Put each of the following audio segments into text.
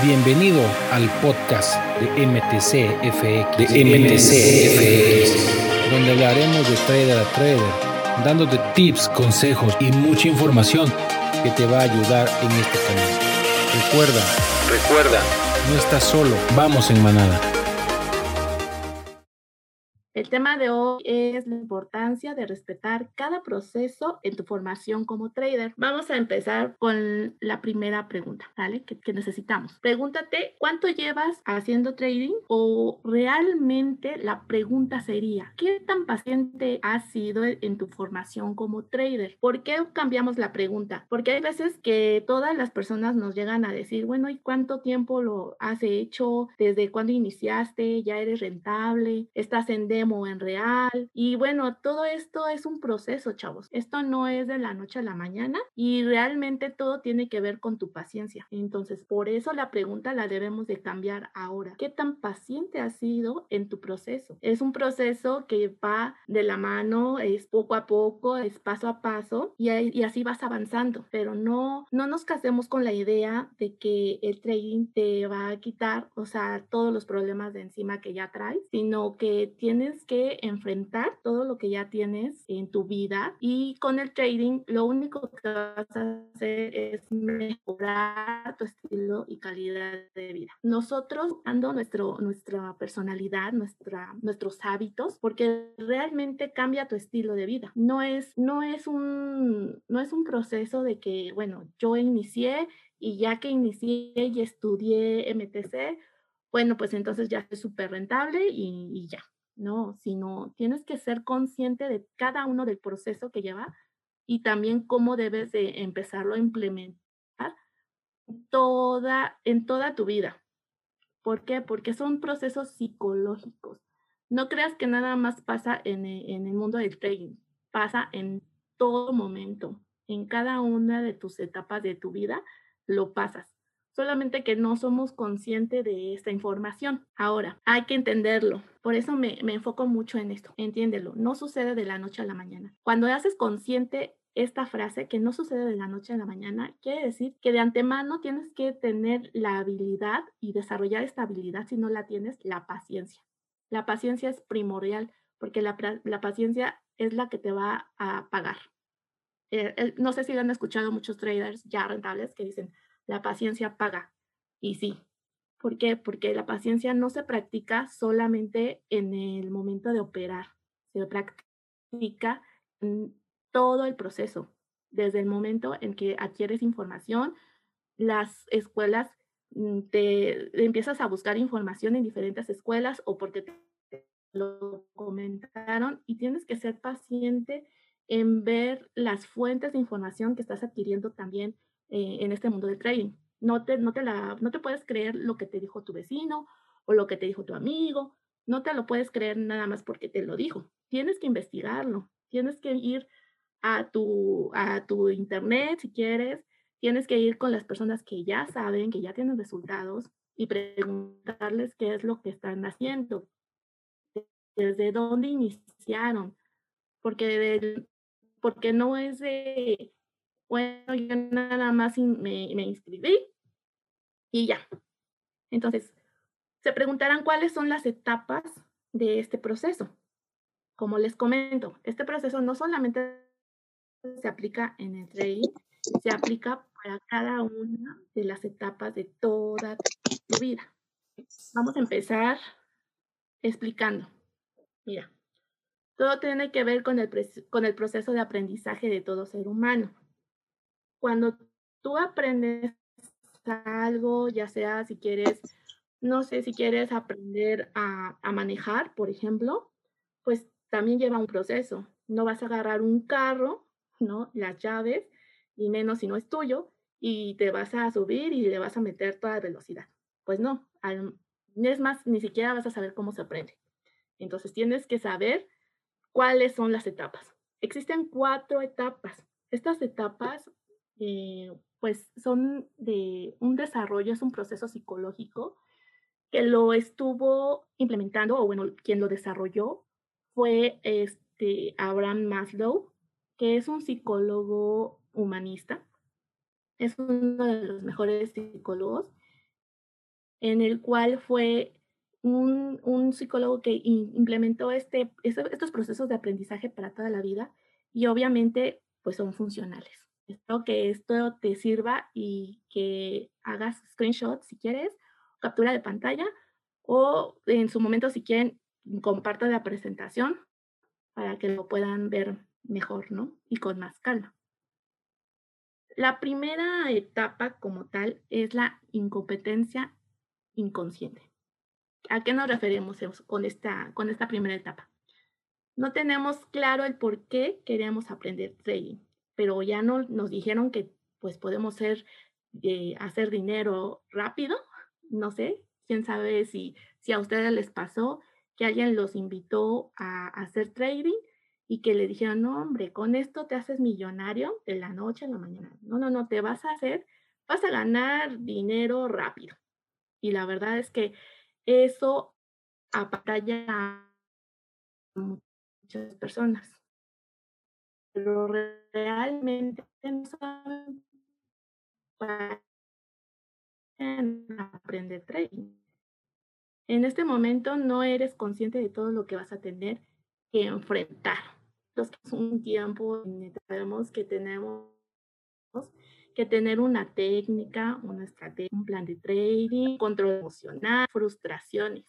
Bienvenido al podcast de MTC FX, donde hablaremos de trader a trader, dándote tips, consejos y mucha información que te va a ayudar en este camino. Recuerda, no estás solo, vamos en manada. El tema de hoy es la importancia de respetar cada proceso en tu formación como trader. Vamos a empezar con la primera pregunta, ¿vale? Que necesitamos. Pregúntate, ¿cuánto llevas haciendo trading? O realmente la pregunta sería, ¿qué tan paciente has sido en tu formación como trader? ¿Por qué cambiamos la pregunta? Porque hay veces que todas las personas nos llegan a decir, bueno, ¿y cuánto tiempo lo has hecho? ¿Desde cuándo iniciaste? ¿Ya eres rentable? ¿Estás en demo o en real? Y bueno, todo esto es un proceso, chavos. Esto no es de la noche a la mañana y realmente todo tiene que ver con tu paciencia. Entonces, por eso la pregunta la debemos de cambiar ahora. ¿Qué tan paciente has sido en tu proceso? Es un proceso que va de la mano, es poco a poco, es paso a paso y así vas avanzando, pero no nos casemos con la idea de que el trading te va a quitar, o sea, todos los problemas de encima que ya traes, sino que tienes que enfrentar todo lo que ya tienes en tu vida y con el trading lo único que vas a hacer es mejorar tu estilo y calidad de vida. Nosotros dando nuestra personalidad, nuestros hábitos, porque realmente cambia tu estilo de vida. No es un proceso de que, bueno, yo inicié y ya que inicié y estudié MTC, bueno, pues entonces ya es súper rentable y ya. No, sino tienes que ser consciente de cada uno del proceso que lleva y también cómo debes de empezarlo a implementar en toda tu vida. ¿Por qué? Porque son procesos psicológicos. No creas que nada más pasa en el mundo del trading, pasa en todo momento, en cada una de tus etapas de tu vida, lo pasas. Solamente que no somos conscientes de esta información. Ahora, hay que entenderlo. Por eso me enfoco mucho en esto. Entiéndelo. No sucede de la noche a la mañana. Cuando haces consciente esta frase, que no sucede de la noche a la mañana, quiere decir que de antemano tienes que tener la habilidad y desarrollar esta habilidad. Si no la tienes, la paciencia. La paciencia es primordial porque la paciencia es la que te va a pagar. No sé si han escuchado muchos traders ya rentables que dicen, la paciencia paga. Y sí. ¿Por qué? Porque la paciencia no se practica solamente en el momento de operar. Se practica en todo el proceso. Desde el momento en que adquieres información, las escuelas te empiezas a buscar información en diferentes escuelas o porque te lo comentaron y tienes que ser paciente en ver las fuentes de información que estás adquiriendo también en este mundo del trading. No te puedes creer lo que te dijo tu vecino o lo que te dijo tu amigo. No te lo puedes creer nada más porque te lo dijo. Tienes que investigarlo. Tienes que ir a tu internet si quieres. Tienes que ir con las personas que ya saben, que ya tienen resultados y preguntarles qué es lo que están haciendo, desde dónde iniciaron, porque no es de, bueno, yo nada más me inscribí y ya. Entonces, se preguntarán cuáles son las etapas de este proceso. Como les comento, este proceso no solamente se aplica en el trading, se aplica para cada una de las etapas de toda tu vida. Vamos a empezar explicando. Mira, todo tiene que ver con el proceso de aprendizaje de todo ser humano. Cuando tú aprendes algo, ya sea si quieres, no sé, si quieres aprender a manejar, por ejemplo, pues también lleva un proceso. No vas a agarrar un carro, ¿no? Las llaves, y menos si no es tuyo, y te vas a subir y le vas a meter toda velocidad. Pues no, es más, ni siquiera vas a saber cómo se aprende. Entonces tienes que saber cuáles son las etapas. Existen 4 etapas. Estas etapas, pues, son de un desarrollo, es un proceso psicológico que lo estuvo implementando, o bueno, quien lo desarrolló fue Abraham Maslow, que es un psicólogo humanista, es uno de los mejores psicólogos en el cual fue un psicólogo que implementó estos procesos de aprendizaje para toda la vida y obviamente pues son funcionales. Espero que esto te sirva y que hagas screenshots si quieres, captura de pantalla o en su momento si quieren comparto la presentación para que lo puedan ver mejor, ¿no? Y con más calma. La primera etapa como tal es la incompetencia inconsciente. ¿A qué nos referimos con esta primera etapa? No tenemos claro el por qué queremos aprender trading, pero ya nos dijeron que pues podemos hacer dinero rápido. No sé, quién sabe si a ustedes les pasó que alguien los invitó a hacer trading y que le dijeron, no, hombre, con esto te haces millonario de la noche a la mañana. No, no, no, vas a ganar dinero rápido. Y la verdad es que eso apantalla a muchas personas, pero realmente no saben para qué aprender trading. En este momento no eres consciente de todo lo que vas a tener que enfrentar. Los que es un tiempo sabemos que tenemos que tener una técnica, una estrategia, un plan de trading, control emocional, frustraciones.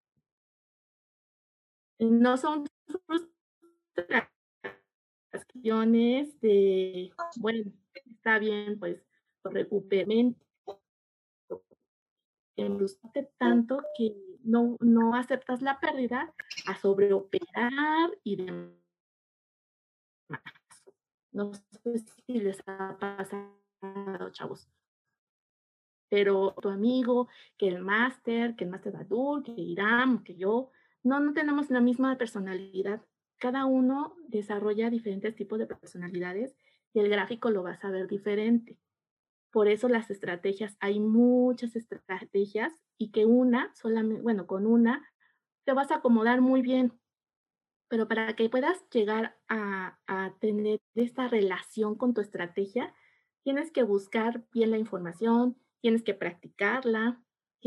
No son frustraciones de, bueno, está bien, pues recuperarme, te frustraste tanto que no aceptas la pérdida a sobreoperar y demás. No sé si les ha pasado, chavos. Pero tu amigo, que el máster Badul, que Iram, que yo, no tenemos la misma personalidad. Cada uno desarrolla diferentes tipos de personalidades y el gráfico lo vas a ver diferente. Por eso las estrategias, hay muchas estrategias y que con una te vas a acomodar muy bien. Pero para que puedas llegar a tener esta relación con tu estrategia, tienes que buscar bien la información, tienes que practicarla,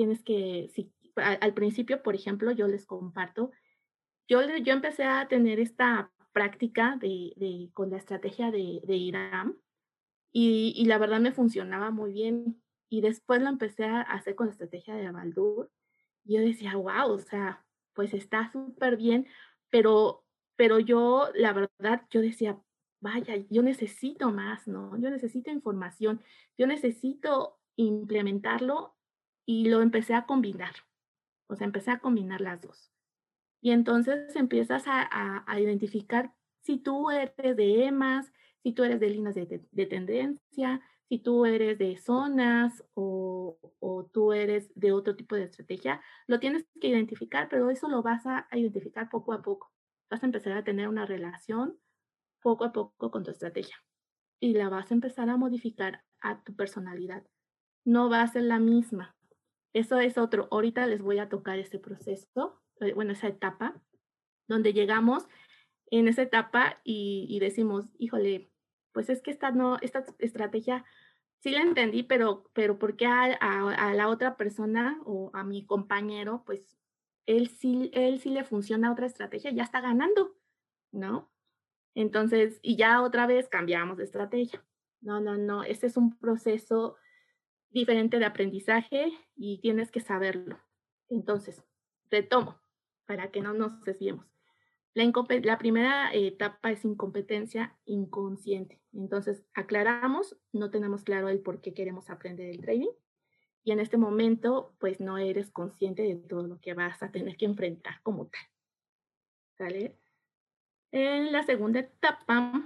al principio, por ejemplo, yo les comparto, yo empecé a tener esta práctica con la estrategia de IRAM y la verdad me funcionaba muy bien. Y después lo empecé a hacer con la estrategia de Baldur. Y yo decía, wow, o sea, pues está súper bien, pero, pero yo, la verdad, yo decía, vaya, yo necesito más, ¿no? Yo necesito información, yo necesito implementarlo y lo empecé a combinar. O sea, empecé a combinar las dos. Y entonces empiezas a identificar si tú eres de EMAs, si tú eres de líneas de tendencia, si tú eres de zonas o tú eres de otro tipo de estrategia, lo tienes que identificar, pero eso lo vas a identificar poco a poco. Vas a empezar a tener una relación poco a poco con tu estrategia y la vas a empezar a modificar a tu personalidad. No va a ser la misma. Eso es otro. Ahorita les voy a tocar ese proceso, esa etapa, donde llegamos en esa etapa y decimos, híjole, pues es que esta estrategia sí la entendí, pero ¿por qué a la otra persona o a mi compañero, pues él sí le funciona otra estrategia, ya está ganando, ¿no? Entonces, y ya otra vez cambiamos de estrategia. No, no, no, este es un proceso diferente de aprendizaje y tienes que saberlo. Entonces, retomo para que no nos desviemos. La primera etapa es incompetencia inconsciente. Entonces, aclaramos, no tenemos claro el por qué queremos aprender el trading y en este momento, pues no eres consciente de todo lo que vas a tener que enfrentar como tal. ¿Sale? En la segunda etapa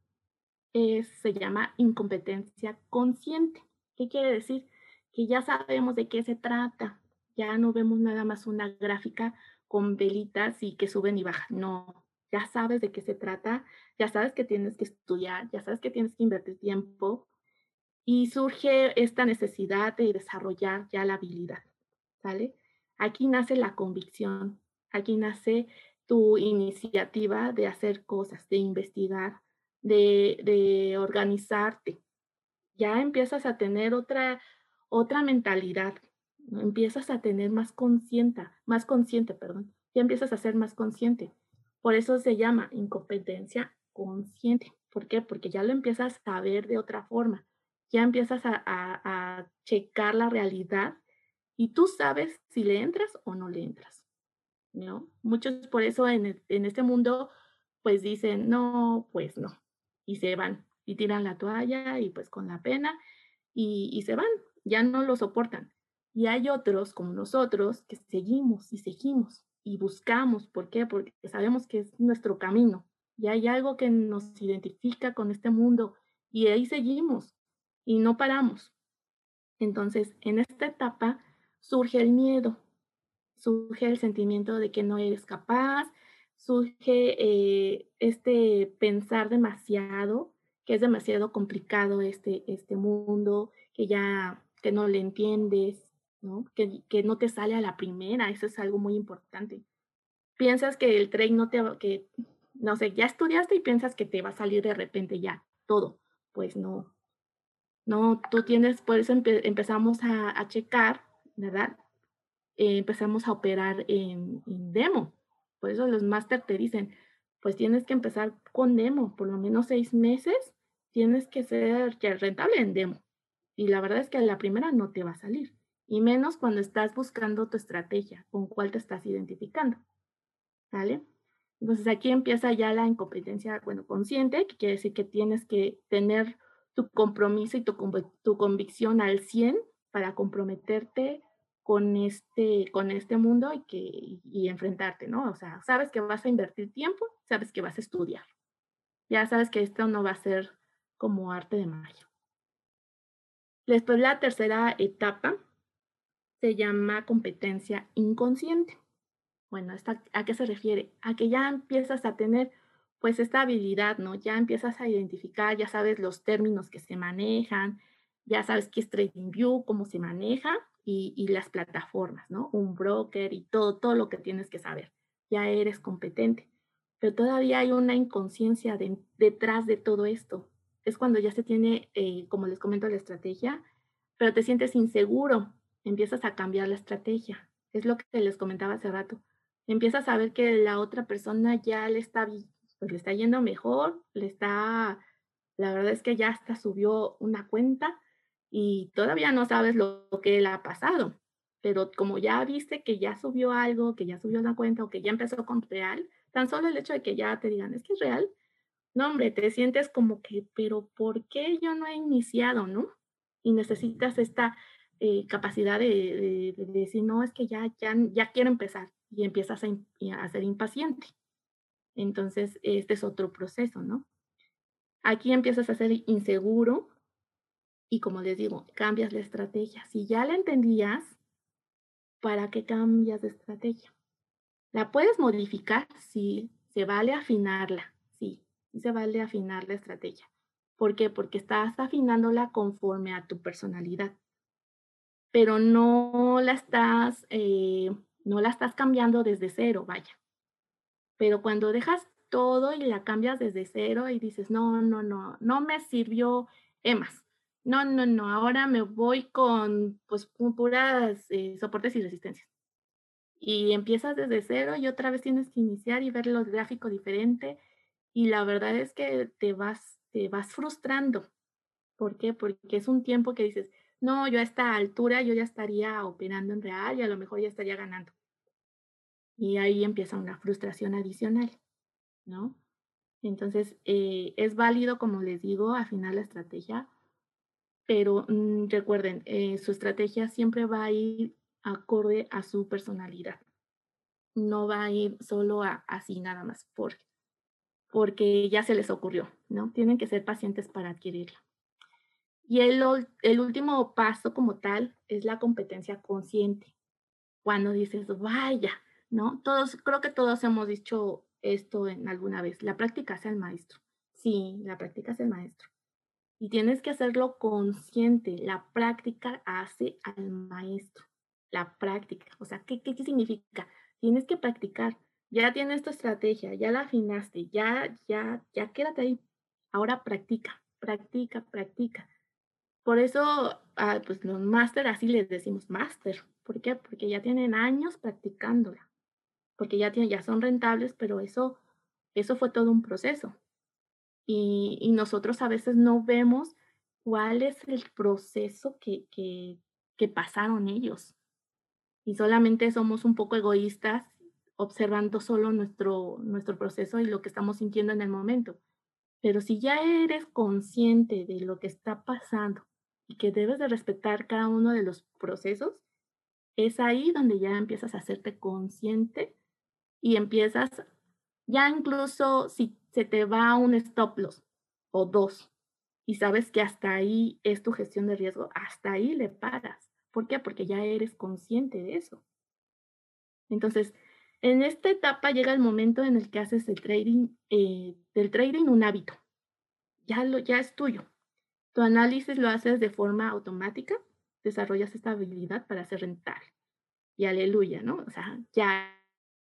se llama incompetencia consciente. ¿Qué quiere decir? Que ya sabemos de qué se trata. Ya no vemos nada más una gráfica con velitas y que suben y bajan. No, ya sabes de qué se trata, ya sabes que tienes que estudiar, ya sabes que tienes que invertir tiempo y surge esta necesidad de desarrollar ya la habilidad, ¿sale? Aquí nace la convicción, aquí nace tu iniciativa de hacer cosas, de investigar, de organizarte. Ya empiezas a tener otra mentalidad. ¿no? Empiezas a tener más consciente, perdón, ya empiezas a ser más consciente. Por eso se llama incompetencia consciente. ¿Por qué? Porque ya lo empiezas a ver de otra forma, ya empiezas a checar la realidad y tú sabes si le entras o no le entras, ¿no? Muchos por eso en este mundo pues dicen, no, pues no, y se van y tiran la toalla y pues con la pena y se van, ya no lo soportan. Y hay otros como nosotros que seguimos y buscamos. ¿Por qué? Porque sabemos que es nuestro camino y hay algo que nos identifica con este mundo y ahí seguimos y no paramos. Entonces, en esta etapa surge el miedo, surge el sentimiento de que no eres capaz, surge este pensar demasiado, que es demasiado complicado este mundo, que no le entiendes, ¿no? Que no te sale a la primera, eso es algo muy importante. Piensas que el tren no te va, que, no sé, ya estudiaste y piensas que te va a salir de repente ya todo. Pues no, no, tú tienes, por eso empezamos a checar, ¿verdad? Empezamos a operar en demo. Por eso los máster te dicen, pues tienes que empezar con demo, por lo menos 6 meses, tienes que ser ya rentable en demo. Y la verdad es que a la primera no te va a salir, y menos cuando estás buscando tu estrategia, con cuál te estás identificando, ¿vale? Entonces aquí empieza ya la incompetencia, bueno, consciente, que quiere decir que tienes que tener tu compromiso y tu convicción al 100 para comprometerte con este mundo y enfrentarte, ¿no? O sea, sabes que vas a invertir tiempo, sabes que vas a estudiar, ya sabes que esto no va a ser como arte de magia. Después la tercera etapa se llama competencia inconsciente. Bueno, ¿a qué se refiere? A que ya empiezas a tener pues esta habilidad, ¿no? Ya empiezas a identificar, ya sabes los términos que se manejan, ya sabes qué es TradingView, cómo se maneja y las plataformas, ¿no? Un broker y todo lo que tienes que saber. Ya eres competente. Pero todavía hay una inconsciencia detrás de todo esto. Es cuando ya se tiene, como les comento, la estrategia, pero te sientes inseguro, empiezas a cambiar la estrategia. Es lo que les comentaba hace rato. Empiezas a ver que la otra persona ya pues le está yendo mejor, la verdad es que ya hasta subió una cuenta y todavía no sabes lo que le ha pasado, pero como ya viste que ya subió algo, que ya subió una cuenta o que ya empezó con real, tan solo el hecho de que ya te digan, es que es real, no, hombre, te sientes como que, pero ¿por qué yo no he iniciado, no? Y necesitas esta capacidad de decir, no, es que ya quiero empezar y empiezas a ser impaciente. Entonces, este es otro proceso, ¿no? Aquí empiezas a ser inseguro y como les digo, cambias la estrategia. Si ya la entendías, ¿para qué cambias de estrategia? La puedes modificar, sí, se vale afinarla, sí se vale afinar la estrategia. ¿Por qué? Porque estás afinándola conforme a tu personalidad, pero no la estás cambiando desde cero, vaya. Pero cuando dejas todo y la cambias desde cero y dices, no me sirvió EMAS. No, ahora me voy con pues puras soportes y resistencias. Y empiezas desde cero y otra vez tienes que iniciar y ver los gráficos diferente. Y la verdad es que te vas frustrando. ¿Por qué? Porque es un tiempo que dices, no, yo a esta altura yo ya estaría operando en real y a lo mejor ya estaría ganando. Y ahí empieza una frustración adicional, ¿no? Entonces, es válido, como les digo, afinar la estrategia, pero recuerden, su estrategia siempre va a ir acorde a su personalidad. No va a ir solo así nada más porque ya se les ocurrió, ¿no? Tienen que ser pacientes para adquirirla. Y el último paso como tal es la competencia consciente. Cuando dices, vaya, ¿no? Creo que todos hemos dicho esto en alguna vez, la práctica hace al maestro. Sí, la práctica hace el maestro. Y tienes que hacerlo consciente, la práctica hace al maestro. La práctica, o sea, ¿qué significa? Tienes que practicar. Ya tienes tu estrategia, ya la afinaste, ya quédate ahí. Ahora practica. Por eso, pues los máster, así les decimos máster. ¿Por qué? Porque ya tienen años practicándola, porque ya son rentables, pero eso fue todo un proceso. Y nosotros a veces no vemos cuál es el proceso que pasaron ellos. Y solamente somos un poco egoístas observando solo nuestro proceso y lo que estamos sintiendo en el momento. Pero si ya eres consciente de lo que está pasando y que debes de respetar cada uno de los procesos, es ahí donde ya empiezas a hacerte consciente y empiezas, ya incluso si se te va un stop loss o dos y sabes que hasta ahí es tu gestión de riesgo, hasta ahí le paras. ¿Por qué? Porque ya eres consciente de eso. Entonces, en esta etapa llega el momento en el que haces el trading, del trading un hábito. Ya es tuyo. Tu análisis lo haces de forma automática, desarrollas esta habilidad para ser rentable. Y aleluya, ¿no? O sea, ya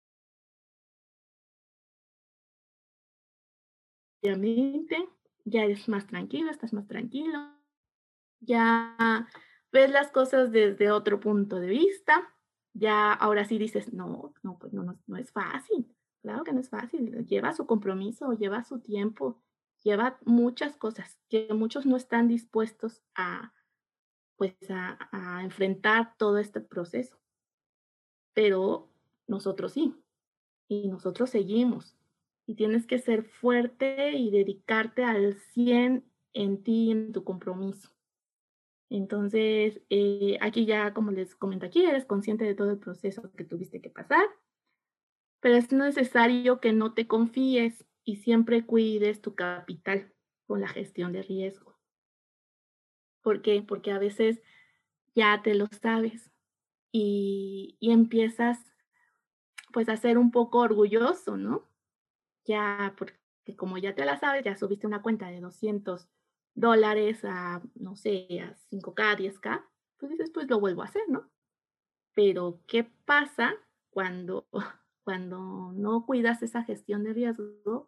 obviamente, ya eres más tranquilo, estás más tranquilo, ya ves las cosas desde otro punto de vista, ya ahora sí dices, no, no, pues no es fácil, claro que no es fácil, lleva su compromiso, lleva su tiempo, lleva muchas cosas que muchos no están dispuestos pues a enfrentar todo este proceso, pero nosotros sí, y nosotros seguimos. Y tienes que ser fuerte y dedicarte al 100 en ti y en tu compromiso. Entonces, aquí ya, como les comento aquí, eres consciente de todo el proceso que tuviste que pasar, pero es necesario que no te confíes y siempre cuides tu capital con la gestión de riesgo. ¿Por qué? Porque a veces ya te lo sabes y empiezas pues a ser un poco orgulloso, ¿no? Ya, porque como ya te la sabes, ya subiste una cuenta de $200 a, no sé, a 5K, 10K, pues dices, pues lo vuelvo a hacer, ¿no? Pero, ¿qué pasa cuando, cuando no cuidas esa gestión de riesgo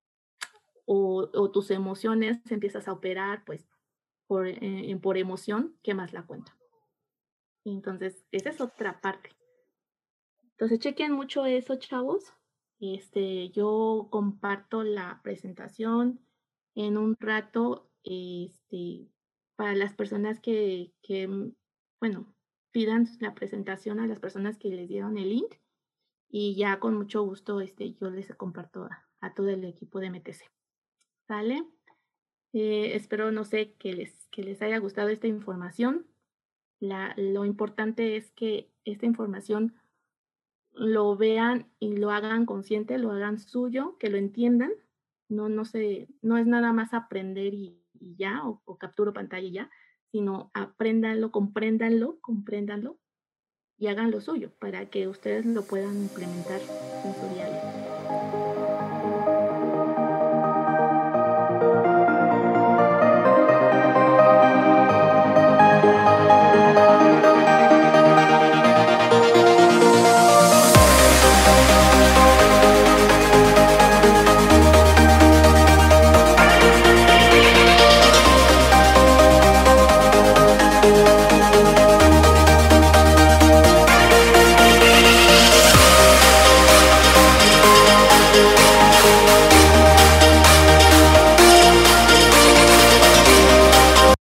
o tus emociones empiezas a operar, pues, por emoción, quemas la cuenta? Entonces, esa es otra parte. Entonces, chequen mucho eso, chavos. Yo comparto la presentación en un rato, para las personas bueno, pidan la presentación a las personas que les dieron el link y ya con mucho gusto, yo les comparto a todo el equipo de MTC. ¿Sale? Espero, no sé, que les haya gustado esta información. Lo importante es que esta información lo vean y lo hagan consciente, lo hagan suyo, que lo entiendan. No es nada más aprender y ya, o capturo pantalla y ya, sino apréndanlo, compréndanlo y hagan lo suyo para que ustedes lo puedan implementar en su día a día.